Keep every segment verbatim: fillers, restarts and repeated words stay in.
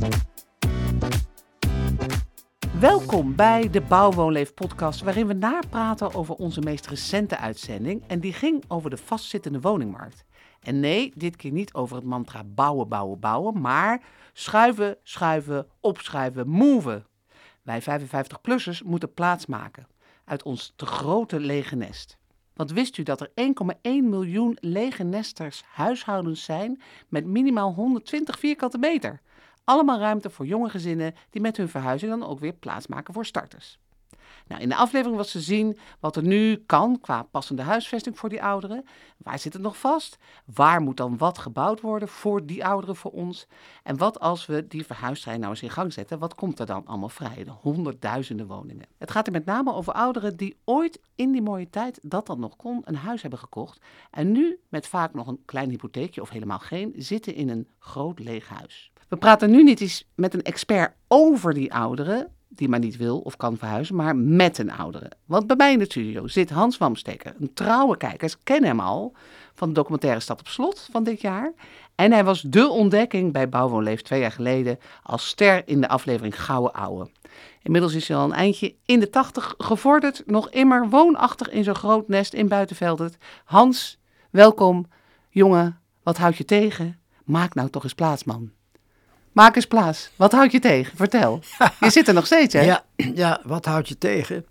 Welkom bij de Bouw-Woonleef podcast, waarin we napraten over onze meest recente uitzending. En die ging over de vastzittende woningmarkt. En nee, dit keer niet over het mantra bouwen, bouwen, bouwen, maar schuiven, schuiven, opschuiven, moven. Wij vijfenvijftig-plussers moeten plaatsmaken uit ons te grote lege nest. Want wist u dat er één komma één miljoen lege nesters huishoudens zijn met minimaal honderdtwintig vierkante meter? Allemaal ruimte voor jonge gezinnen die met hun verhuizing dan ook weer plaatsmaken voor starters. Nou, in de aflevering was te zien wat er nu kan qua passende huisvesting voor die ouderen. Waar zit het nog vast? Waar moet dan wat gebouwd worden voor die ouderen voor ons? En wat als we die verhuistrein nou eens in gang zetten? Wat komt er dan allemaal vrij? De honderdduizenden woningen. Het gaat er met name over ouderen die ooit in die mooie tijd, dat dat nog kon, een huis hebben gekocht. En nu, met vaak nog een klein hypotheekje of helemaal geen, zitten in een groot leeg huis. We praten nu niet eens met een expert over die ouderen, die maar niet wil of kan verhuizen, maar met een oudere. Want bij mij in de studio zit Hans Wamsteker, een trouwe kijkers, kennen hem al van de documentaire Stad op Slot van dit jaar. En hij was dé ontdekking bij Bouw-Woonleef twee jaar geleden als ster in de aflevering Gouden Ouwe. Inmiddels is hij al een eindje in de tachtig gevorderd, nog immer woonachtig in zo'n groot nest in Buitenveldert. Hans, welkom. Jongen, wat houd je tegen? Maak nou toch eens plaats, man. Maak eens plaats. Wat houd je tegen? Vertel. Je zit er nog steeds, hè? Ja, ja, wat houd je tegen?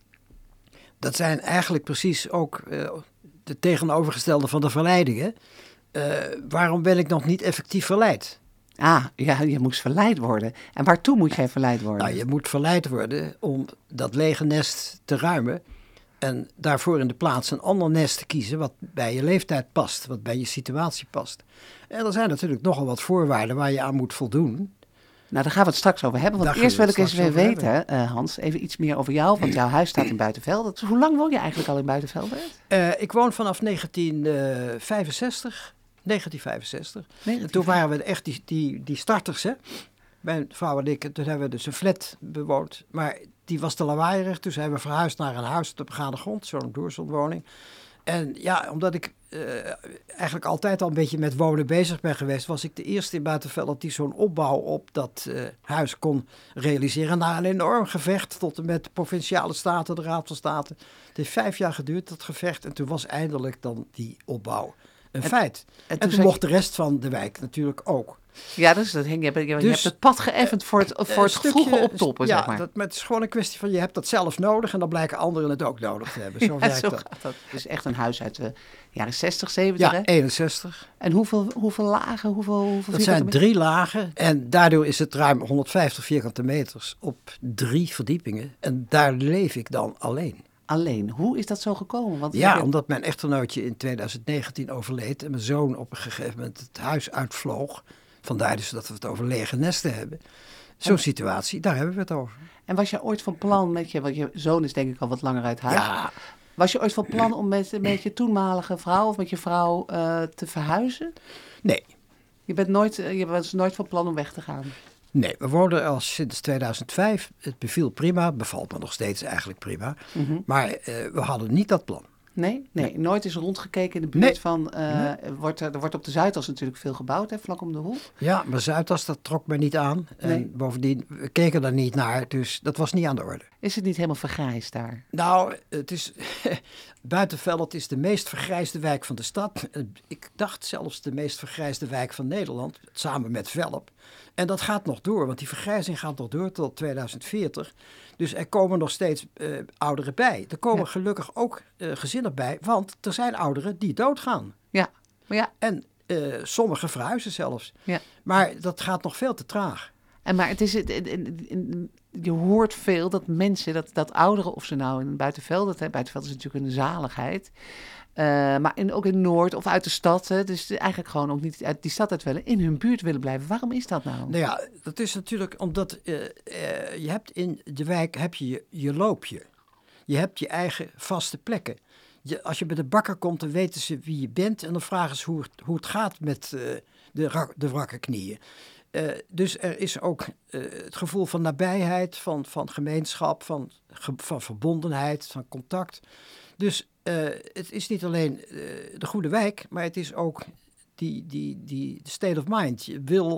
Dat zijn eigenlijk precies ook uh, de tegenovergestelde van de verleidingen. Uh, waarom ben ik nog niet effectief verleid? Ah, ja, je moest verleid worden. En waartoe moet jij verleid worden? Nou, je moet verleid worden om dat lege nest te ruimen. En daarvoor in de plaats een ander nest te kiezen wat bij je leeftijd past, wat bij je situatie past. En er zijn natuurlijk nogal wat voorwaarden waar je aan moet voldoen. Nou, daar gaan we het straks over hebben. Want Daar eerst wil ik gaan eens we het weer straks over weten, uh, Hans, even iets meer over jou. Want jouw huis staat in Buitenveldert. Dus hoe lang woon je eigenlijk al in Buitenveldert? Uh, ik woon vanaf negentien vijfenzestig. negentien vijfenzestig. En toen waren we echt die, die, die starters, hè. Mijn vrouw en ik, toen hebben we dus een flat bewoond. Maar die was te lawaaierig. Dus hebben we verhuisd naar een huis op de begane grond. Zo'n doorzelwoning. En ja, omdat ik uh, eigenlijk altijd al een beetje met wonen bezig ben geweest, was ik de eerste in Buitenveldert die zo'n opbouw op dat uh, huis kon realiseren. Na een enorm gevecht tot en met de Provinciale Staten, de Raad van State. Het heeft vijf jaar geduurd, dat gevecht. En toen was eindelijk dan die opbouw een en, feit. En, en toen, toen mocht je... de rest van de wijk natuurlijk ook. Ja, dus dat hing, je, hebt, je dus, hebt het pad geëffend voor het, voor het stukje, vroege optoppen, ja, zeg maar. Dat, maar het is gewoon een kwestie van je hebt dat zelf nodig en dan blijken anderen het ook nodig te hebben. Zo ja, werkt zo dat. Gaat dat. Het is echt een huis uit de jaren zestig, zeventig, Ja, hè? eenenzestig. En hoeveel, hoeveel lagen? Hoeveel, hoeveel dat zijn drie lagen en daardoor is het ruim honderdvijftig vierkante meters op drie verdiepingen. En daar leef ik dan alleen. Alleen. Hoe is dat zo gekomen? Want ja, je... omdat mijn echtgenootje in tweeduizend negentien overleed en mijn zoon op een gegeven moment het huis uitvloog. Vandaar dus dat we het over lege nesten hebben. Zo'n en... situatie, daar hebben we het over. En was je ooit van plan met je, want je zoon is denk ik al wat langer uit huis. Ja. Was je ooit van plan om met, met je toenmalige vrouw of met je vrouw uh, te verhuizen? Nee. Je bent nooit, je was nooit van plan om weg te gaan? Nee, we woonden al sinds tweeduizend vijf. Het beviel prima, bevalt me nog steeds eigenlijk prima. Mm-hmm. Maar uh, we hadden niet dat plan. Nee, nee, nee, nooit is rondgekeken in de buurt nee. van, uh, nee. wordt er, er wordt op de Zuidas natuurlijk veel gebouwd, hè, vlak om de hoek. Ja, maar Zuidas, dat trok me niet aan. En nee. bovendien, we keken daar niet naar, dus dat was niet aan de orde. Is het niet helemaal vergrijsd daar? Nou, het is, Buitenveldert is de meest vergrijsde wijk van de stad. Ik dacht zelfs de meest vergrijsde wijk van Nederland, samen met Velp. En dat gaat nog door, want die vergrijzing gaat nog door tot tweeduizend veertig. Dus er komen nog steeds uh, ouderen bij. Er komen ja. gelukkig ook uh, gezinnen bij, want er zijn ouderen die doodgaan. Ja, maar ja. En uh, sommigen verhuizen zelfs. Ja. Maar dat gaat nog veel te traag. En maar het is, het, het, het, het, je hoort veel dat mensen, dat, dat ouderen, of ze nou in Buitenveldert, hè, Buitenveldert is natuurlijk een zaligheid, uh, maar in, ook in Noord of uit de stad, hè, dus eigenlijk gewoon ook niet uit die stad uit willen, in hun buurt willen blijven. Waarom is dat nou? Nou ja, dat is natuurlijk omdat uh, uh, je hebt in de wijk heb je, je je loopje. Je hebt je eigen vaste plekken. Je, als je bij de bakker komt, dan weten ze wie je bent en dan vragen ze hoe, hoe het gaat met uh, de, rak, de wrakke knieën. Uh, dus er is ook uh, het gevoel van nabijheid, van, van gemeenschap, van, ge, van verbondenheid, van contact. Dus uh, het is niet alleen uh, de goede wijk, maar het is ook die, die, die state of mind. Je wil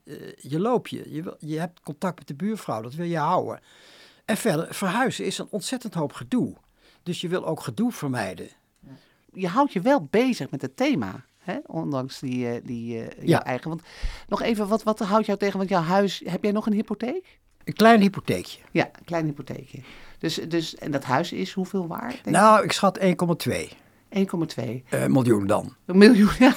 uh, je loop je. Je, wil, je hebt contact met de buurvrouw, dat wil je houden. En verder, verhuizen is een ontzettend hoop gedoe. Dus je wil ook gedoe vermijden. Je houdt je wel bezig met het thema, hè? Ondanks die, uh, die uh, jouw ja. eigen. Want nog even, wat, wat houdt jou tegen? Want jouw huis, heb jij nog een hypotheek? Een klein hypotheekje. Ja, een klein hypotheekje. Dus, dus, en dat huis is hoeveel waard? Denk nou, ik schat één komma twee. één komma twee. Uh, miljoen dan. Een miljoen, ja.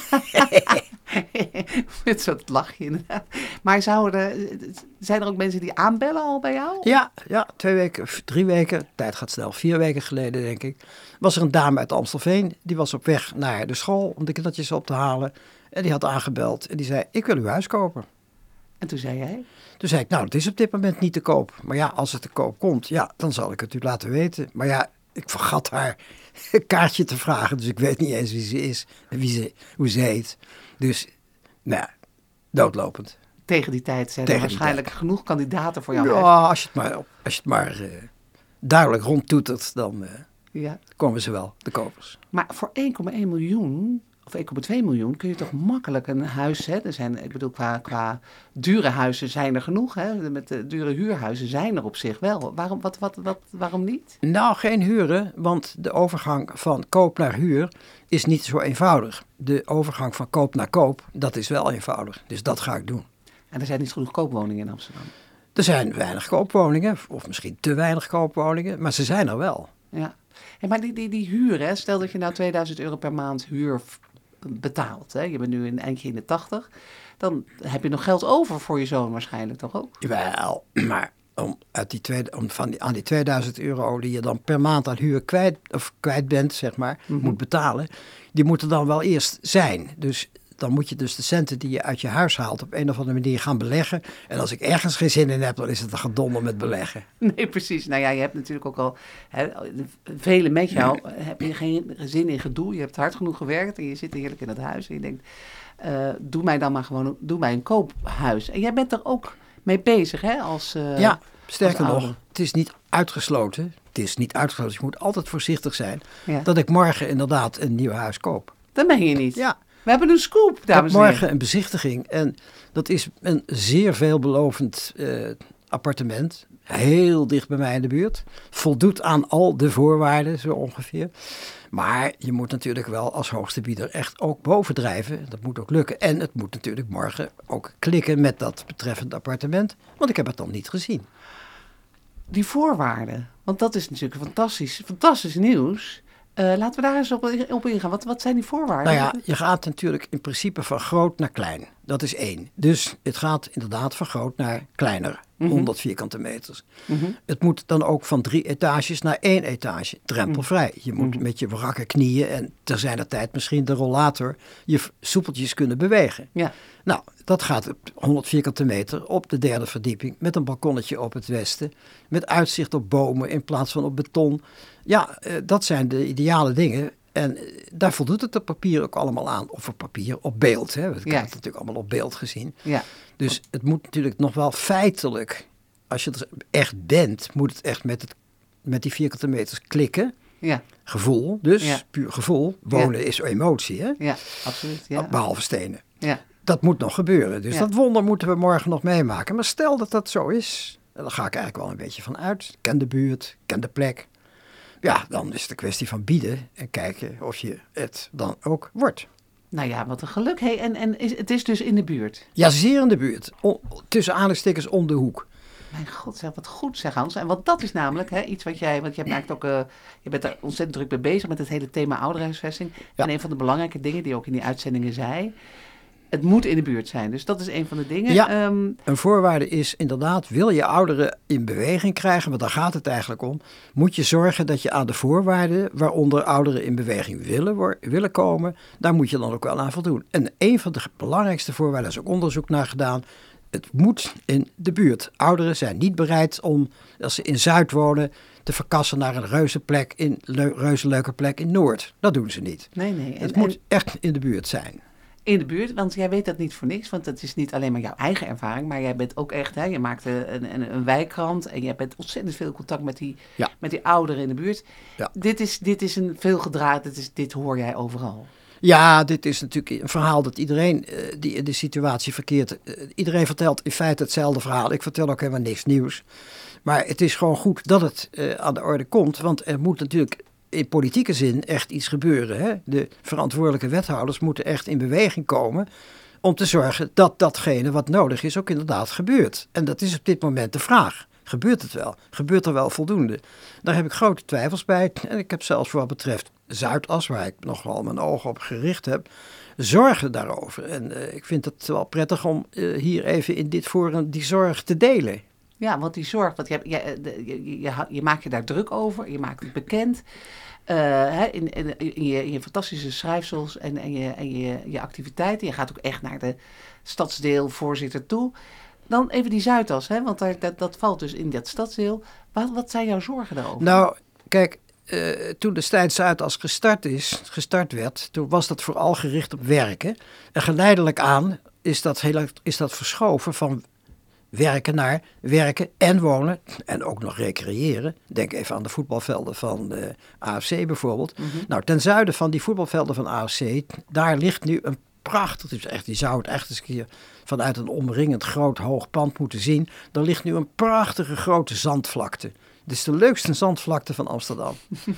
Met zo'n lachje inderdaad. Maar zouden er, zijn er ook mensen die aanbellen al bij jou? Ja, ja, twee weken, drie weken. De tijd gaat snel. Vier weken geleden, denk ik. Was er een dame uit Amstelveen. Die was op weg naar de school om de kindertjes op te halen. En die had aangebeld. En die zei, ik wil uw huis kopen. En toen zei jij? Toen zei ik, nou, het is op dit moment niet te koop. Maar ja, als het te koop komt, ja, dan zal ik het u laten weten. Maar ja, ik vergat haar een kaartje te vragen. Dus ik weet niet eens wie ze is en wie ze, hoe ze heet. Dus, nou ja, doodlopend. Tegen die tijd zijn Tegen er waarschijnlijk tijd. genoeg kandidaten voor jou. Ja, als je het maar, als je het maar uh, duidelijk rondtoetert, dan uh, ja. komen ze wel, de kopers. Maar voor één komma één miljoen... of één komma twee miljoen kun je toch makkelijk een huis... Hè? Er zijn, ik bedoel, qua, qua dure huizen zijn er genoeg. Hè? Met de dure huurhuizen zijn er op zich wel. Waarom, wat, wat, wat, waarom niet? Nou, geen huren, want de overgang van koop naar huur is niet zo eenvoudig. De overgang van koop naar koop, dat is wel eenvoudig. Dus dat ga ik doen. En er zijn niet genoeg koopwoningen in Amsterdam? Er zijn weinig koopwoningen, of misschien te weinig koopwoningen, maar ze zijn er wel. Ja. Hey, maar die, die, die huur, hè? Stel dat je nou tweeduizend euro per maand huur betaalt. Hè? Je bent nu een eindje in de tachtig. Dan heb je nog geld over voor je zoon waarschijnlijk toch ook? Jawel, maar om, uit die tweede, om van die, aan die tweeduizend euro die je dan per maand aan huur kwijt, of kwijt bent, zeg maar, mm-hmm. moet betalen, die moeten dan wel eerst zijn. Dus dan moet je dus de centen die je uit je huis haalt op een of andere manier gaan beleggen. En als ik ergens geen zin in heb, dan is het een gedonder met beleggen. Nee, precies. Nou ja, je hebt natuurlijk ook al, hè, velen met jou, heb je geen zin in gedoe. Je hebt hard genoeg gewerkt en je zit heerlijk in het huis. En je denkt, uh, doe mij dan maar gewoon, doe mij een koophuis. En jij bent er ook mee bezig, hè? Als, uh, ja, sterker nog, het is niet uitgesloten. Het is niet uitgesloten. Je moet altijd voorzichtig zijn ja. dat ik morgen inderdaad een nieuw huis koop. Dat meen je niet? Ja. We hebben een scoop, dames en heren. Ik heb morgen een bezichtiging en dat is een zeer veelbelovend uh, appartement. Heel dicht bij mij in de buurt. Voldoet aan al de voorwaarden, zo ongeveer. Maar je moet natuurlijk wel als hoogste bieder echt ook bovendrijven. Dat moet ook lukken. En het moet natuurlijk morgen ook klikken met dat betreffende appartement. Want ik heb het dan niet gezien. Die voorwaarden, want dat is natuurlijk fantastisch, fantastisch nieuws. Uh, laten we daar eens op, op ingaan. Wat, wat zijn die voorwaarden? Nou ja, je gaat natuurlijk in principe van groot naar klein. Dat is één. Dus het gaat inderdaad van groot naar kleiner. Mm-hmm. honderd vierkante meters. Mm-hmm. Het moet dan ook van drie etages naar één etage. Drempelvrij. Mm-hmm. Je moet mm-hmm. met je wrakke knieën en ter zijner tijd misschien de rollator je soepeltjes kunnen bewegen. Ja. Nou, dat gaat op honderd vierkante meter op de derde verdieping met een balkonnetje op het westen. Met uitzicht op bomen in plaats van op beton. Ja, uh, dat zijn de ideale dingen. En uh, daar voldoet het op papier ook allemaal aan. Of op papier, op beeld. Hè. Ik ja. heb het natuurlijk allemaal op beeld gezien. Ja. Dus het moet natuurlijk nog wel feitelijk, als je er echt bent, moet het echt met, het, met die vierkante meters klikken. Ja. Gevoel, dus ja. puur gevoel. Wonen ja. is emotie, hè? Ja, absoluut. Ja. Behalve stenen. Ja. Dat moet nog gebeuren. Dus ja. dat wonder moeten we morgen nog meemaken. Maar stel dat dat zo is, dan ga ik eigenlijk wel een beetje van uit. Ik ken de buurt, ik ken de plek. Ja, dan is het een kwestie van bieden en kijken of je het dan ook wordt. Nou ja, wat een geluk. Hey, en en is, het is dus in de buurt? Ja, zeer in de buurt. O, tussen aanhalingstekens om de hoek. Mijn god, zeg, wat goed zeg Hans. En want dat is namelijk hè, iets wat jij, want jij maakt ook, uh, je bent er ontzettend druk mee bezig met het hele thema ouderhuisvesting. Ja. En een van de belangrijke dingen die ook in die uitzendingen zei, het moet in de buurt zijn. Dus dat is een van de dingen. Ja, um, een voorwaarde is inderdaad, wil je ouderen in beweging krijgen, want daar gaat het eigenlijk om, moet je zorgen dat je aan de voorwaarden waaronder ouderen in beweging willen, willen komen, daar moet je dan ook wel aan voldoen. En een van de belangrijkste voorwaarden, daar is ook onderzoek naar gedaan, het moet in de buurt. Ouderen zijn niet bereid om, als ze in Zuid wonen, te verkassen naar een reuzenplek in, le, reuzenleuke plek in Noord. Dat doen ze niet. Nee, nee. Het en, moet en... echt in de buurt zijn. In de buurt, want jij weet dat niet voor niks, want het is niet alleen maar jouw eigen ervaring, maar jij bent ook echt, hè, je maakt een, een, een wijkkrant en je hebt ontzettend veel contact met die, ja. met die ouderen in de buurt. Ja. Dit is, dit is een veelgedraad, dit, is, dit hoor jij overal. Ja, dit is natuurlijk een verhaal dat iedereen uh, die in de situatie verkeert... Uh, iedereen vertelt in feite hetzelfde verhaal. Ik vertel ook helemaal niks nieuws. Maar het is gewoon goed dat het uh, aan de orde komt. Want er moet natuurlijk in politieke zin echt iets gebeuren. Hè? De verantwoordelijke wethouders moeten echt in beweging komen... om te zorgen dat datgene wat nodig is ook inderdaad gebeurt. En dat is op dit moment de vraag. Gebeurt het wel? Gebeurt er wel voldoende? Daar heb ik grote twijfels bij. En ik heb zelfs voor wat betreft Zuidas, waar ik nog wel mijn ogen op gericht heb, zorgen daarover. En uh, ik vind het wel prettig om uh, hier even in dit forum die zorg te delen. Ja, want die zorg, want je, je, je, je, je maakt je daar druk over, je maakt het bekend. Uh, hè, in, in, in, je, in je fantastische schrijfsels en, en, je, en je, je activiteiten. Je gaat ook echt naar de stadsdeelvoorzitter toe. Dan even die Zuidas, hè, want daar, dat, dat valt dus in dat stadsdeel. Wat, wat zijn jouw zorgen daarover? Nou, kijk, uh, toen destijds Zuidas gestart, is, gestart werd, toen was dat vooral gericht op werken. En geleidelijk aan is dat, heel, is dat verschoven van werken naar werken en wonen en ook nog recreëren. Denk even aan de voetbalvelden van de A F C bijvoorbeeld. Mm-hmm. Nou, ten zuiden van die voetbalvelden van A F C, daar ligt nu een prachtig, dus echt, je zou het echt eens een keer vanuit een omringend groot hoog pand moeten zien. Daar ligt nu een prachtige grote zandvlakte. Dit is de leukste zandvlakte van Amsterdam.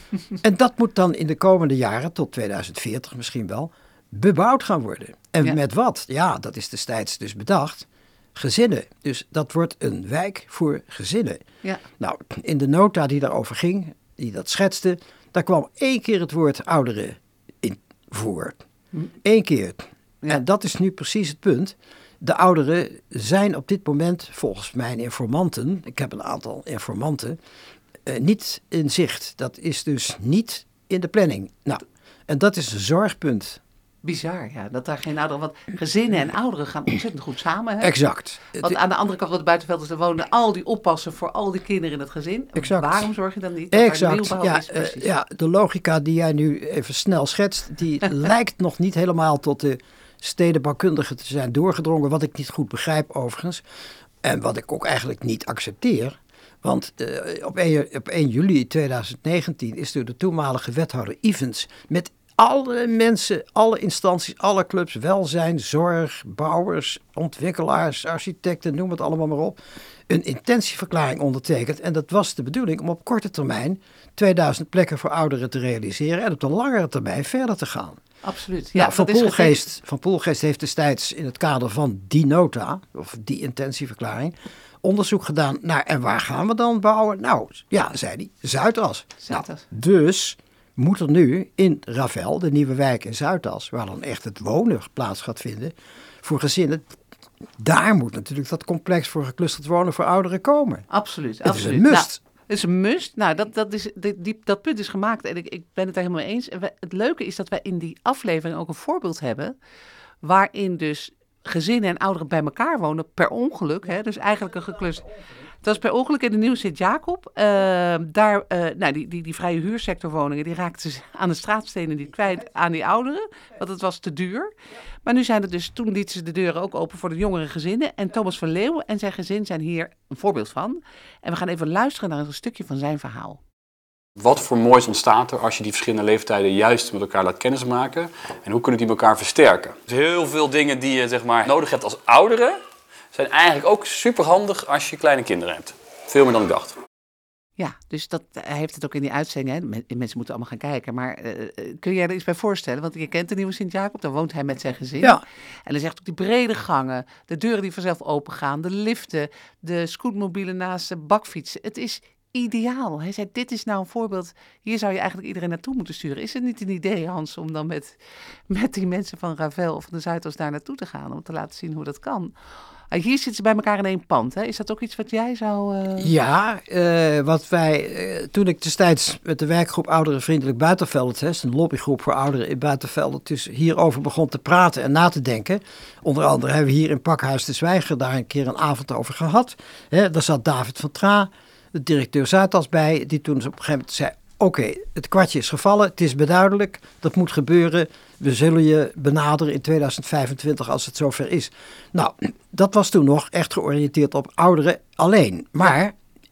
En dat moet dan in de komende jaren, tot tweeduizend veertig misschien wel, bebouwd gaan worden. En ja. met wat? Ja, dat is destijds dus bedacht. Gezinnen. Dus dat wordt een wijk voor gezinnen. Ja. Nou, in de nota die daarover ging, die dat schetste, daar kwam één keer het woord ouderen in voor. Hm. Eén keer. Ja. En dat is nu precies het punt. De ouderen zijn op dit moment, volgens mijn informanten, ik heb een aantal informanten, uh, niet in zicht. Dat is dus niet in de planning. Nou, en dat is een zorgpunt. Bizar, ja, dat daar geen ouderen... Want gezinnen en ouderen gaan ontzettend goed samen. Hè? Exact. Want aan de andere kant van de buitenvelders, er wonen al die oppassen voor al die kinderen in het gezin. Exact. Waarom zorg je dan niet dat exact. daar ja, is? Precies? Uh, ja, de logica die jij nu even snel schetst, die lijkt nog niet helemaal tot de stedenbouwkundige te zijn doorgedrongen. Wat ik niet goed begrijp overigens. En wat ik ook eigenlijk niet accepteer. Want uh, op, één, op één juli tweeduizend negentien is door de toenmalige wethouder Ivens met alle mensen, alle instanties, alle clubs, welzijn, zorg, bouwers, ontwikkelaars, architecten, noem het allemaal maar op, een intentieverklaring ondertekend. En dat was de bedoeling om op korte termijn tweeduizend plekken voor ouderen te realiseren en op de langere termijn verder te gaan. Absoluut. Ja, nou, van, Poelgeest, van Poelgeest heeft destijds in het kader van die nota, of die intentieverklaring, onderzoek gedaan naar en waar gaan we dan bouwen? Nou, ja, zei hij, Zuidas. Zuidas. Nou, dus moet er nu in Ravel, de nieuwe wijk in Zuidas, waar dan echt het wonen plaats gaat vinden voor gezinnen, daar moet natuurlijk dat complex voor geclusterd wonen voor ouderen komen. Absoluut. Het absoluut. is een must. Nou, het is een must. Nou, dat, dat, is, die, die, dat punt is gemaakt en ik, ik ben het daar helemaal mee eens. En wij, het leuke is dat wij in die aflevering ook een voorbeeld hebben waarin dus gezinnen en ouderen bij elkaar wonen per ongeluk. Hè, dus eigenlijk een geclusterd. Dat is per ongeluk in de Nieuwe Sint-Jacob. Uh, daar, uh, nou, die, die, die vrije huursectorwoningen, die raakten ze aan de straatstenen niet kwijt aan die ouderen. Want het was te duur. Maar nu zijn het dus, toen lieten ze de deuren ook open voor de jongere gezinnen. En Thomas van Leeuwen en zijn gezin zijn hier een voorbeeld van. En we gaan even luisteren naar een stukje van zijn verhaal. Wat voor moois ontstaat er als je die verschillende leeftijden juist met elkaar laat kennismaken? En hoe kunnen die elkaar versterken? Dus heel veel dingen die je zeg maar nodig hebt als ouderen zijn eigenlijk ook superhandig als je kleine kinderen hebt. Veel meer dan ik dacht. Ja, dus dat, hij heeft het ook in die uitzending. Hè? Mensen moeten allemaal gaan kijken. Maar uh, kun je er iets bij voorstellen? Want je kent de Nieuwe Sint-Jacob, daar woont hij met zijn gezin. Ja. En dan zegt ook die brede gangen, de deuren die vanzelf open gaan, de liften, de scootmobielen naast de bakfietsen. Het is ideaal. Hij zei, dit is nou een voorbeeld. Hier zou je eigenlijk iedereen naartoe moeten sturen. Is het niet een idee, Hans, om dan met, met die mensen van Ravel of van de Zuidas daar naartoe te gaan? Om te laten zien hoe dat kan. Hier zitten ze bij elkaar in één pand. Hè? Is dat ook iets wat jij zou... Uh... Ja, uh, wat wij... Uh, toen ik destijds met de werkgroep Ouderen Vriendelijk Buitenveld, hè, een lobbygroep voor ouderen in Buitenveld, dus hierover begon te praten en na te denken. Onder andere hebben we hier in Pakhuis de Zwijger daar een keer een avond over gehad. Hè, daar zat David van Traa, de directeur Zuidas, bij, die toen op een gegeven moment zei, oké, okay, het kwartje is gevallen, het is beduidelijk, dat moet gebeuren. We zullen je benaderen in tweeduizend vijfentwintig als het zover is. Nou, dat was toen nog echt georiënteerd op ouderen alleen. Maar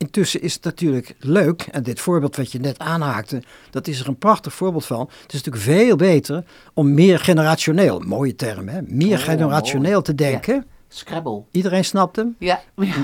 intussen is het natuurlijk leuk, en dit voorbeeld wat je net aanhaakte, dat is er een prachtig voorbeeld van. Het is natuurlijk veel beter om meer generationeel, mooie term hè, meer oh, generationeel mooi. te denken. Ja. Scrabble. Iedereen snapt hem? Ja.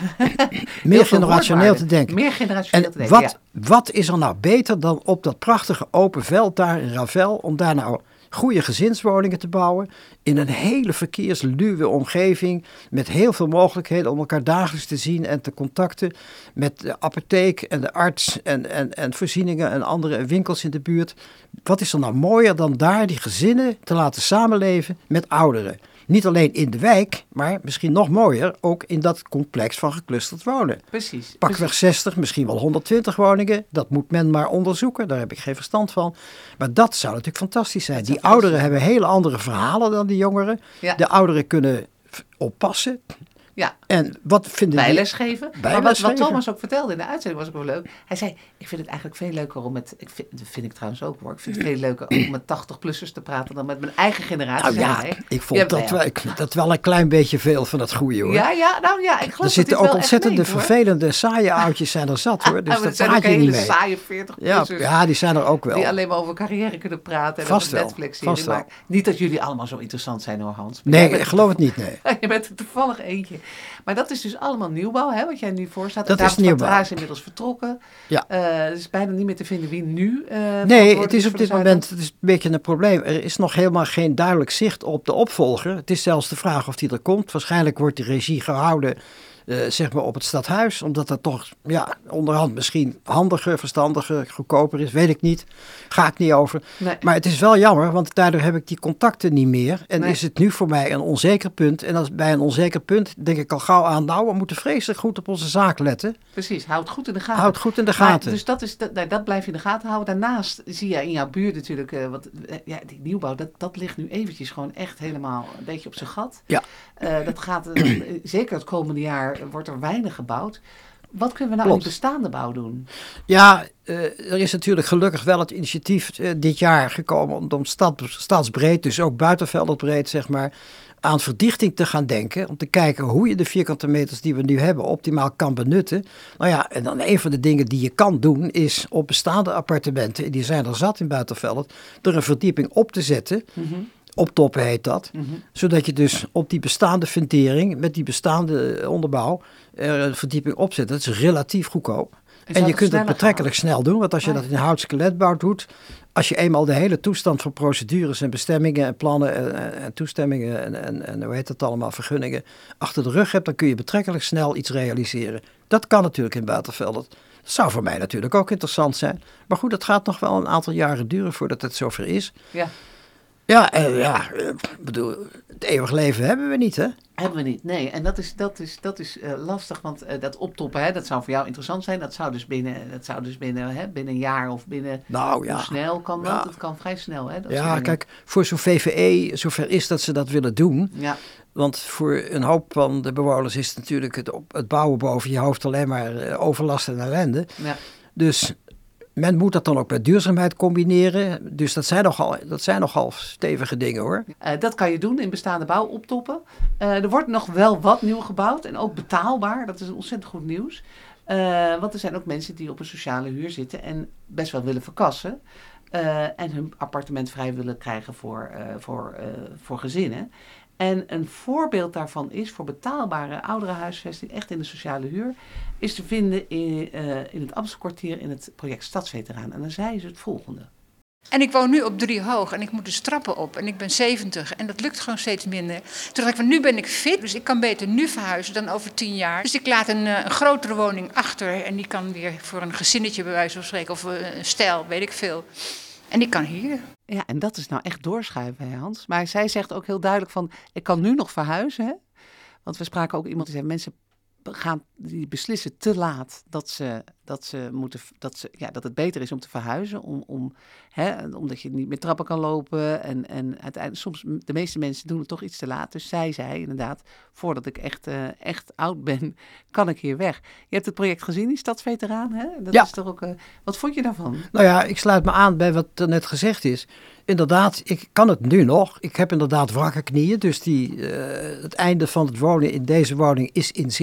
meer generationeel te denken. Meer generationeel en te denken, wat, ja. wat is er nou beter dan op dat prachtige open veld daar in Ravel, om daar nou goede gezinswoningen te bouwen in een hele verkeersluwe omgeving met heel veel mogelijkheden om elkaar dagelijks te zien en te contacten met de apotheek en de arts en, en, en voorzieningen en andere winkels in de buurt. Wat is er nou mooier dan daar die gezinnen te laten samenleven met ouderen? Niet alleen in de wijk, maar misschien nog mooier ook in dat complex van geclusterd wonen. Precies. Pakweg precies. zestig, misschien wel honderdtwintig woningen. Dat moet men maar onderzoeken. Daar heb ik geen verstand van. Maar dat zou natuurlijk fantastisch zijn. Die ouderen hebben hele andere verhalen dan die jongeren. Ja. De ouderen kunnen oppassen. Ja. En wat vinden bijles geven. Bijles maar wat, wat geven. Thomas ook vertelde in de uitzending was ook wel leuk. Hij zei, ik vind het eigenlijk veel leuker om met, ik vind, dat vind ik trouwens ook hoor, ik vind het veel leuker om met tachtig-plussers te praten dan met mijn eigen generatie. Nou ja, hij. ik vond dat wel, ik vind dat wel een klein beetje veel van het goede hoor. Ja, ja, nou ja, ik geloof er zitten dat ook ontzettende meent, vervelende, saaie oudjes zijn er zat hoor. Dus ah, dat zijn praat ook je niet hele mee. saaie veertig-plussers. Ja, ja, die zijn er ook wel. Die alleen maar over carrière kunnen praten en vast over Netflix-serie. Maar niet dat jullie allemaal zo interessant zijn hoor Hans. Maar nee, ik geloof het niet, nee. Je bent er toevallig eentje. Maar dat is dus allemaal nieuwbouw, hè, wat jij nu voorstaat. Dat is nieuwbouw. David is inmiddels vertrokken. Ja. Uh, het is bijna niet meer te vinden wie nu uh, nee, het is op dit moment het is een beetje een probleem. Er is nog helemaal geen duidelijk zicht op de opvolger. Het is zelfs de vraag of die er komt. Waarschijnlijk wordt de regie gehouden uh, zeg maar op het stadhuis. Omdat dat toch ja, onderhand misschien handiger, verstandiger, goedkoper is. Weet ik niet. Ga ik niet over. Nee. Maar het is wel jammer, want daardoor heb ik die contacten niet meer. En nee. is het nu voor mij een onzeker punt. En als bij een onzeker punt denk ik al gauw aan, nou, we moeten vreselijk goed op onze zaak letten. Precies, houd goed in de gaten. Houd goed in de gaten. Maar, dus dat, is, dat, dat blijf je in de gaten houden. Daarnaast zie je in jouw buurt natuurlijk, uh, wat, uh, ja, die nieuwbouw, dat, dat ligt nu eventjes gewoon echt helemaal een beetje op zijn gat. Ja. Uh, dat gaat, uh, zeker het komende jaar wordt er weinig gebouwd. Wat kunnen we nou Klopt. in bestaande bouw doen? Ja, uh, er is natuurlijk gelukkig wel het initiatief uh, dit jaar gekomen om stad, stadsbreed, dus ook buitenvelderbreed zeg maar, aan verdichting te gaan denken. Om te kijken hoe je de vierkante meters die we nu hebben optimaal kan benutten. Nou ja, en dan een van de dingen die je kan doen is op bestaande appartementen, die zijn er zat in Buitenveldert, er een verdieping op te zetten. Mm-hmm. Optoppen heet dat. Mm-hmm. Zodat je dus op die bestaande fundering, met die bestaande onderbouw, er een verdieping opzet. Dat is relatief goedkoop. En, en je kunt het betrekkelijk gaan? snel doen. Want als je ah, dat in hout-skeletbouw doet, als je eenmaal de hele toestand van procedures en bestemmingen en plannen en, en toestemmingen en, en, en hoe heet dat allemaal, vergunningen, achter de rug hebt, dan kun je betrekkelijk snel iets realiseren. Dat kan natuurlijk in Buitenveldert. Dat zou voor mij natuurlijk ook interessant zijn. Maar goed, het gaat nog wel een aantal jaren duren voordat het zover is. Ja. Ja, en ja, ik bedoel, het eeuwig leven hebben we niet, hè? Hebben we niet, nee. En dat is, dat is, dat is uh, lastig, want uh, dat optoppen, hè, dat zou voor jou interessant zijn. Dat zou dus binnen, dat zou dus binnen, hè, binnen een jaar of binnen... Nou ja. Hoe snel kan dat? Ja. Dat kan vrij snel, hè? Dat ja, kijk, voor zo'n V V E, zover is dat ze dat willen doen. Ja. Want voor een hoop van de bewoners is het natuurlijk het, op, het bouwen boven je hoofd alleen maar uh, overlast en ellende. Ja. Dus... Men moet dat dan ook met duurzaamheid combineren. Dus dat zijn nogal, dat zijn nogal stevige dingen hoor. Uh, dat kan je doen in bestaande bouw optoppen. Uh, er wordt nog wel wat nieuw gebouwd en ook betaalbaar. Dat is ontzettend goed nieuws. Uh, want er zijn ook mensen die op een sociale huur zitten en best wel willen verkassen. Uh, en hun appartement vrij willen krijgen voor, uh, voor, uh, voor gezinnen. En een voorbeeld daarvan is voor betaalbare ouderenhuisvesting, echt in de sociale huur, is te vinden in, uh, in het Amstelkwartier in het project Stadsveteraan. En dan zei ze het volgende. En ik woon nu op drie hoog en ik moet dus trappen op en ik ben zeventig en dat lukt gewoon steeds minder. Toen dacht ik van nu ben ik fit, dus ik kan beter nu verhuizen dan over tien jaar. Dus ik laat een, een grotere woning achter en die kan weer voor een gezinnetje bij wijze van spreken of een stijl, weet ik veel. En ik kan hier. Ja, en dat is nou echt doorschuiven, hè, Hans. Maar zij zegt ook heel duidelijk van, ik kan nu nog verhuizen. Hè? Want we spraken ook iemand die zei, mensen gaan, die beslissen te laat dat, ze, dat, ze moeten, dat, ze, ja, dat het beter is om te verhuizen. Om, om, hè, omdat je niet meer trappen kan lopen. En, en uiteindelijk, soms, de meeste mensen doen het toch iets te laat. Dus zij zei inderdaad, voordat ik echt, uh, echt oud ben, kan ik hier weg. Je hebt het project gezien, die Stadsveteraan, hè? Dat ja. is toch ook, uh, wat vond je daarvan? Nou ja, ik sluit me aan bij wat er net gezegd is. Inderdaad, ik kan het nu nog. Ik heb inderdaad wrakke knieën. Dus die, uh, het einde van het wonen in deze woning is in zicht.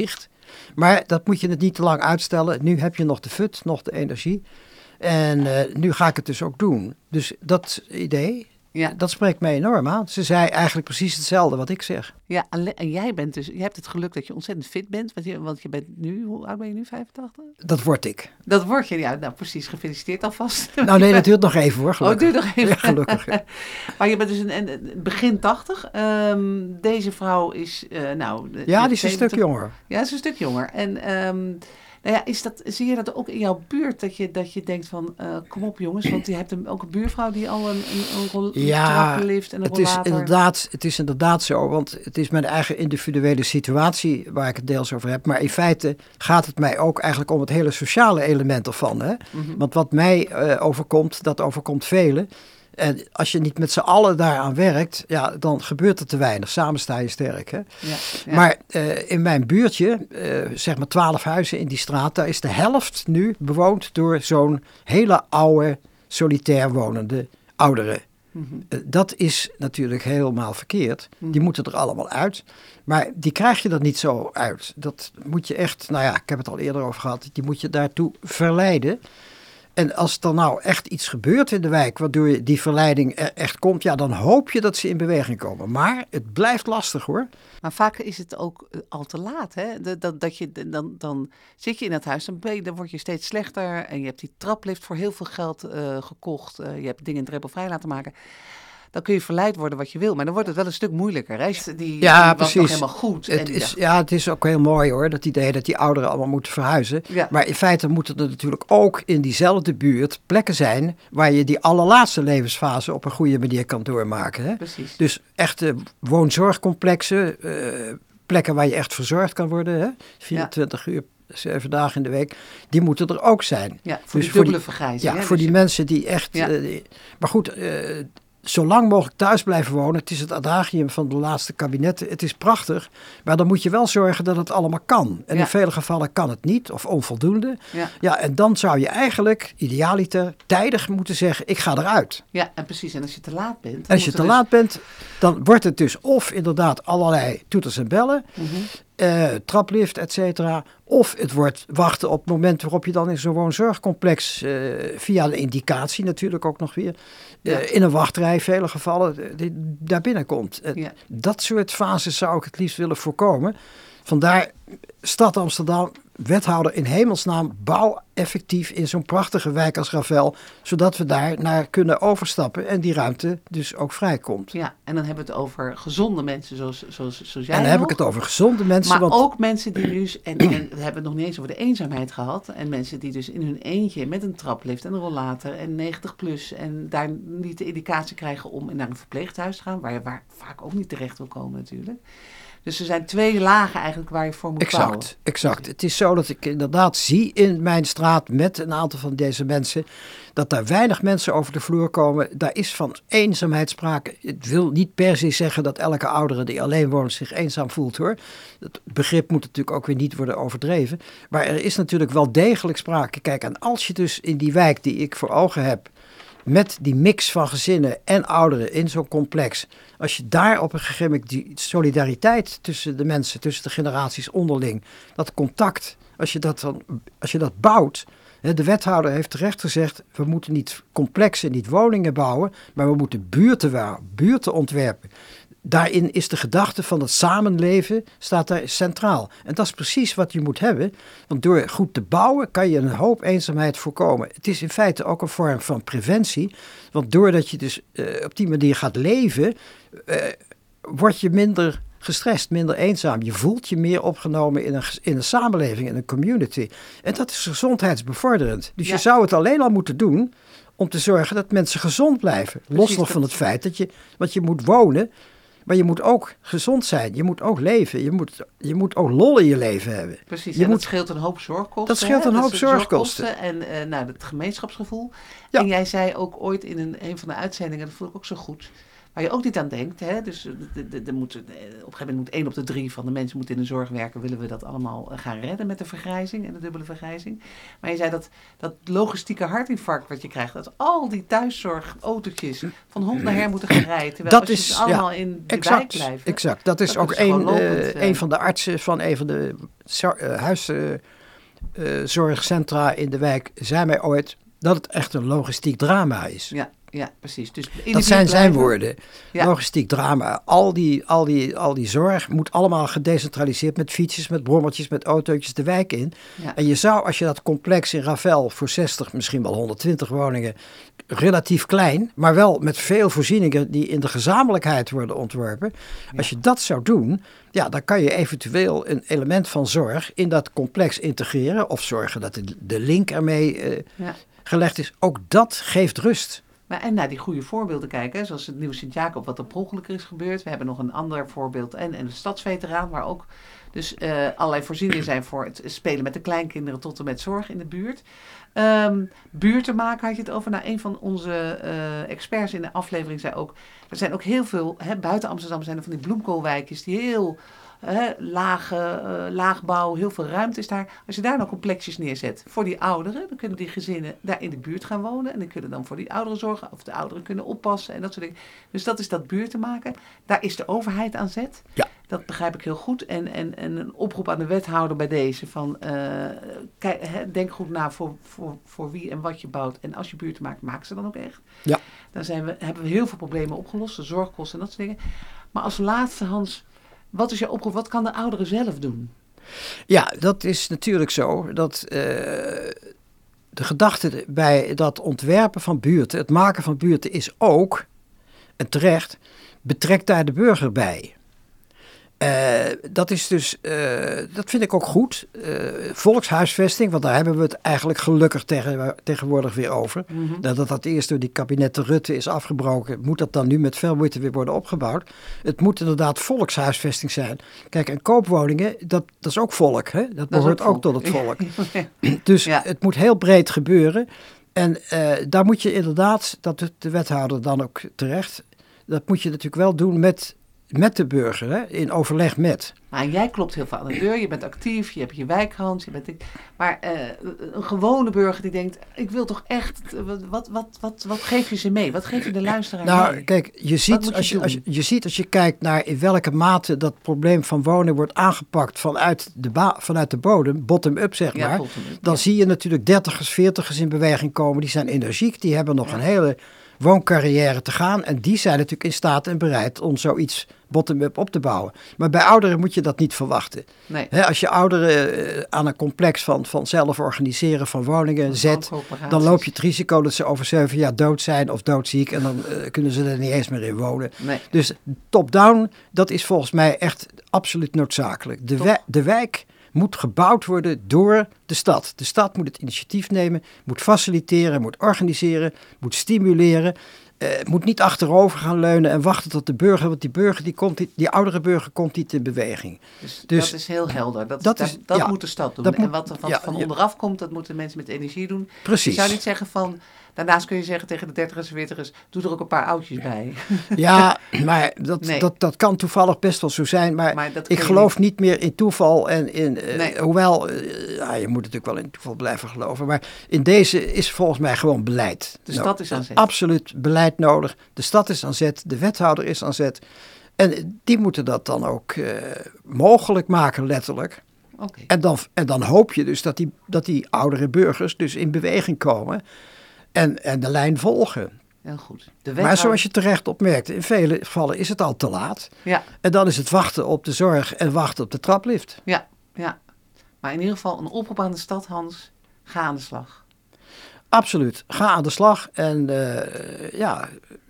Maar dat moet je het niet te lang uitstellen. Nu heb je nog de fut, nog de energie. En uh, nu ga ik het dus ook doen. Dus dat idee, ja. dat spreekt mij enorm aan. Ze zei eigenlijk precies hetzelfde wat ik zeg. Ja, en jij bent dus, je hebt het geluk dat je ontzettend fit bent. Want je, want je bent nu, hoe oud ben je nu, vijfentachtig? Dat word ik. Dat word je, ja, nou precies, gefeliciteerd alvast. Nou nee, dat duurt nog even hoor, gelukkig. Oh, het duurt nog even. Ja, gelukkig. Ja. Maar je bent dus een, een begin tachtig. Um, deze vrouw is, uh, nou... Ja, die is een stuk jonger. Ja, is een stuk jonger. En... Um, Nou ja, is dat, zie je dat ook in jouw buurt, dat je, dat je denkt van, uh, kom op jongens, want je hebt een, ook een buurvrouw die al een, een, een, rol, ja, een lift en een het is rollator. inderdaad, het is inderdaad zo, want het is mijn eigen individuele situatie waar ik het deels over heb. Maar in feite gaat het mij ook eigenlijk om het hele sociale element ervan. Hè? Mm-hmm. Want wat mij uh, overkomt, dat overkomt velen. En als je niet met z'n allen daaraan werkt, ja, dan gebeurt er te weinig. Samen sta je sterk. Hè? Ja, ja. Maar uh, in mijn buurtje, uh, zeg maar twaalf huizen in die straat, daar is de helft nu bewoond door zo'n hele oude, solitair wonende ouderen. Mm-hmm. Uh, dat is natuurlijk helemaal verkeerd. Mm-hmm. Die moeten er allemaal uit. Maar die krijg je er niet zo uit. Dat moet je echt, nou ja, ik heb het al eerder over gehad, die moet je daartoe verleiden. En als er nou echt iets gebeurt in de wijk, waardoor die verleiding er echt komt, ja, dan hoop je dat ze in beweging komen. Maar het blijft lastig hoor. Maar vaak is het ook al te laat, hè? Dat, dat, dat je, dan, dan zit je in het huis, dan, ben je, dan word je steeds slechter en je hebt die traplift voor heel veel geld uh, gekocht. Uh, je hebt dingen drempelvrij laten maken. Dan kun je verleid worden wat je wil, maar dan wordt het wel een stuk moeilijker. Hè? Die, ja, die precies. was nog helemaal goed. Het en is, dacht... Ja, het is ook heel mooi hoor, dat idee dat die ouderen allemaal moeten verhuizen. Ja. Maar in feite moeten er natuurlijk ook in diezelfde buurt plekken zijn waar je die allerlaatste levensfase op een goede manier kan doormaken. Hè? Precies. Dus echte woonzorgcomplexen, uh, plekken waar je echt verzorgd kan worden, hè? vierentwintig ja. uur. Zeven dagen in de week, die moeten er ook zijn. Ja, voor dus die dubbele vergrijzing. Ja, hè? voor dus die je... mensen die echt... Ja. Uh, maar goed, uh, zo lang mogelijk thuis blijven wonen. Het is het adagium van de laatste kabinetten. Het is prachtig, maar dan moet je wel zorgen dat het allemaal kan. En ja. in vele gevallen kan het niet of onvoldoende. Ja. ja, en dan zou je eigenlijk, idealiter, tijdig moeten zeggen, ik ga eruit. Ja, en precies. En als je te laat bent... Als je te dus... laat bent, dan wordt het dus of inderdaad allerlei toeters en bellen... Mm-hmm. Uh, traplift, et cetera. Of het wordt wachten op het moment waarop je dan in zo'n woonzorgcomplex... Uh, via de indicatie natuurlijk ook nog weer... Uh, ja. in een wachtrij, vele gevallen, uh, die, daar binnenkomt. Uh, ja. Dat soort fases zou ik het liefst willen voorkomen. Vandaar Stad Amsterdam, wethouder in hemelsnaam, bouw effectief in zo'n prachtige wijk als Ravel, zodat we daar naar kunnen overstappen en die ruimte dus ook vrijkomt. Ja, en dan hebben we het over gezonde mensen zoals, zoals, zoals jij. En dan nog. heb ik het over gezonde mensen. Maar want... ook mensen die dus, en, en we hebben het nog niet eens over de eenzaamheid gehad, en mensen die dus in hun eentje met een traplift en een rollator en negentig plus en daar niet de indicatie krijgen om naar een verpleeghuis te gaan, waar je waar vaak ook niet terecht wil komen natuurlijk. Dus er zijn twee lagen eigenlijk waar je voor moet exact, bouwen. Exact. Het is zo dat ik inderdaad zie in mijn straat met een aantal van deze mensen, dat daar weinig mensen over de vloer komen. Daar is van eenzaamheid sprake. Het wil niet per se zeggen dat elke oudere die alleen woont zich eenzaam voelt hoor. Het begrip moet natuurlijk ook weer niet worden overdreven. Maar er is natuurlijk wel degelijk sprake. Kijk, en als je dus in die wijk die ik voor ogen heb, met die mix van gezinnen en ouderen in zo'n complex, als je daar op een gegeven moment die solidariteit tussen de mensen, tussen de generaties onderling, dat contact, als je dat, dan, als je dat bouwt, hè, de wethouder heeft terecht gezegd, we moeten niet complexen, niet woningen bouwen, maar we moeten buurten, buurten ontwerpen. Daarin is de gedachte van het samenleven staat daar centraal. En dat is precies wat je moet hebben. Want door goed te bouwen kan je een hoop eenzaamheid voorkomen. Het is in feite ook een vorm van preventie. Want doordat je dus uh, op die manier gaat leven, uh, word je minder gestrest, minder eenzaam. Je voelt je meer opgenomen in een, in een samenleving, in een community. En dat is gezondheidsbevorderend. Dus ja. je zou het alleen al moeten doen om te zorgen dat mensen gezond blijven. Precies, los nog van het feit dat je, want je moet wonen, maar je moet ook gezond zijn. Je moet ook leven. Je moet, je moet ook lol in je leven hebben. Precies, je en moet, dat scheelt een hoop zorgkosten. Dat scheelt een hè? hoop dat zorgkosten. zorgkosten. En uh, nou, het gemeenschapsgevoel. Ja. En jij zei ook ooit in een, een van de uitzendingen, dat vond ik ook zo goed, waar je ook niet aan denkt. Hè? Dus de, de, de moet, de, op een gegeven moment moet één op de drie van de mensen moet in de zorg werken. Willen we dat allemaal gaan redden met de vergrijzing en de dubbele vergrijzing. Maar je zei dat, dat logistieke hartinfarct wat je krijgt. Dat al die thuiszorgautootjes van hond naar her moeten gaan rijden. Terwijl Dat als is je allemaal ja, in de exact, wijk blijven. Exact. Dat is dat ook is een, lopend, uh, uh, een van de artsen van een van de uh, huiszorgcentra uh, in de wijk. Zei mij ooit dat het echt een logistiek drama is. Ja. Ja, precies. Dus in dat zijn zijn blijven. woorden. Ja. Logistiek drama. Al die, al, die, al die zorg moet allemaal gedecentraliseerd met fietsjes, met brommertjes, met autootjes de wijk in. Ja. En je zou, als je dat complex in Ravel voor zestig, misschien wel honderdtwintig woningen, relatief klein, maar wel met veel voorzieningen die in de gezamenlijkheid worden ontworpen. Ja. Als je dat zou doen, ja, dan kan je eventueel een element van zorg in dat complex integreren of zorgen dat de, de link ermee uh, ja. gelegd is. Ook dat geeft rust. Maar en naar die goede voorbeelden kijken, hè, zoals het Nieuwe Sint-Jacob, wat er per ongeluk is gebeurd. We hebben nog een ander voorbeeld, en, en de Stadsveteraan, waar ook dus uh, allerlei voorzieningen zijn voor het spelen met de kleinkinderen tot en met zorg in de buurt. Um, buurten maken had je het over. Nou, een van onze uh, experts in de aflevering zei ook, er zijn ook heel veel, hè, buiten Amsterdam zijn er van die bloemkoolwijkjes die heel... He, lage, uh, laagbouw, heel veel ruimte is daar. Als je daar nou complexjes neerzet voor die ouderen, dan kunnen die gezinnen daar in de buurt gaan wonen. En dan kunnen dan voor die ouderen zorgen, of de ouderen kunnen oppassen en dat soort dingen. Dus dat is dat buurten maken. Daar is de overheid aan zet. Ja. Dat begrijp ik heel goed. En, en, en een oproep aan de wethouder bij deze van, uh, kijk, he, denk goed na voor, voor, voor wie en wat je bouwt. En als je buurten maakt, maak ze dan ook echt. Ja. Dan zijn we, hebben we heel veel problemen opgelost, de zorgkosten en dat soort dingen. Maar als laatste, Hans, wat is je oproep? Wat kan de ouderen zelf doen? Ja, dat is natuurlijk zo. Dat uh, de gedachte bij dat ontwerpen van buurten, het maken van buurten is ook, en terecht, betrekt daar de burger bij. Uh, dat is dus, uh, dat vind ik ook goed. Uh, volkshuisvesting, want daar hebben we het eigenlijk gelukkig tegen, tegenwoordig weer over. Mm-hmm. Dat dat eerst door die kabinetten Rutte is afgebroken, moet dat dan nu met veel moeite weer worden opgebouwd. Het moet inderdaad volkshuisvesting zijn. Kijk, en koopwoningen, dat, dat is ook volk. Hè? Dat, dat behoort ook, ook tot het volk. Dus ja. Het moet heel breed gebeuren. En uh, daar moet je inderdaad, dat doet de wethouder dan ook terecht, dat moet je natuurlijk wel doen met... Met de burger, hè, in overleg met. Maar jij klopt heel veel aan de deur, je bent actief, je hebt je wijkhand. Je bent, maar uh, een gewone burger die denkt, ik wil toch echt, wat, wat, wat, wat geef je ze mee? Wat geef je de luisteraar nou, mee? Kijk, je ziet, als je, als je, je ziet als je kijkt naar in welke mate dat probleem van wonen wordt aangepakt vanuit de, ba- vanuit de bodem, bottom-up zeg maar. Ja, bottom-up, dan ja. zie je natuurlijk dertigers, veertigers in beweging komen. Die zijn energiek, die hebben nog ja. een hele... wooncarrière te gaan. En die zijn natuurlijk in staat en bereid om zoiets bottom-up op te bouwen. Maar bij ouderen moet je dat niet verwachten. Nee. He, als je ouderen uh, aan een complex van, van zelf organiseren van woningen van zet, dan loop je het risico dat ze over zeven jaar dood zijn of doodziek en dan uh, kunnen ze er niet eens meer in wonen. Nee. Dus top-down, dat is volgens mij echt absoluut noodzakelijk. De, wij, de wijk moet gebouwd worden door de stad. De stad moet het initiatief nemen, moet faciliteren, moet organiseren, moet stimuleren. Uh, moet niet achterover gaan leunen en wachten tot de burger, want die burger, die, komt, die, die oudere burger komt niet in beweging. Dus, dus dat is heel helder. Dat, dat, is, dat, dat ja, moet de stad doen. En moet, wat er van, ja, van onderaf ja. komt, dat moeten mensen met energie doen. Precies. Je zou niet zeggen van, daarnaast kun je zeggen tegen de dertigers en veertigers, doe er ook een paar oudjes bij. Ja, maar dat, nee. dat, dat kan toevallig best wel zo zijn, maar, maar ik geloof niet. niet meer in toeval. En in, uh, nee. Hoewel, uh, ja, je moet natuurlijk wel in toeval blijven geloven, maar in deze is volgens mij gewoon beleid. De stad nou, is aan zet. Absoluut beleid nodig. De stad is aan zet, de wethouder is aan zet. En die moeten dat dan ook uh, mogelijk maken, letterlijk. Okay. En, dan, en dan hoop je dus dat die, dat die oudere burgers dus in beweging komen en, en de lijn volgen. Heel goed. De wethouder... Maar zoals je terecht opmerkte, in vele gevallen is het al te laat. Ja. En dan is het wachten op de zorg en wachten op de traplift. Ja, ja. Maar in ieder geval een oproep aan de stad, Hans. Ga aan de slag. Absoluut. Ga aan de slag en uh, ja,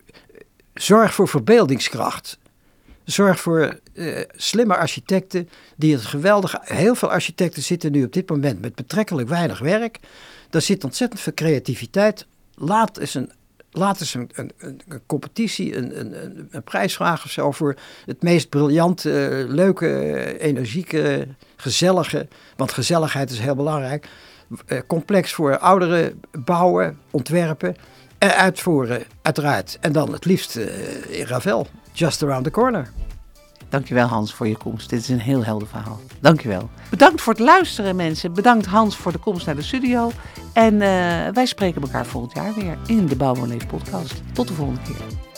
zorg voor verbeeldingskracht. Zorg voor uh, slimme architecten die het geweldige... Heel veel architecten zitten nu op dit moment met betrekkelijk weinig werk. Daar zit ontzettend veel creativiteit. Laat eens een, laat eens een, een, een competitie, een, een, een prijsvraag of zo voor het meest briljante, uh, leuke, energieke, gezellige... Want gezelligheid is heel belangrijk... Uh, complex voor ouderen bouwen, ontwerpen. En uitvoeren, uiteraard. En dan het liefst uh, in Ravel. Just around the corner. Dankjewel Hans voor je komst. Dit is een heel helder verhaal. Dankjewel. Bedankt voor het luisteren mensen. Bedankt Hans voor de komst naar de studio. En uh, wij spreken elkaar volgend jaar weer in de Bouw en Leef podcast. Tot de volgende keer.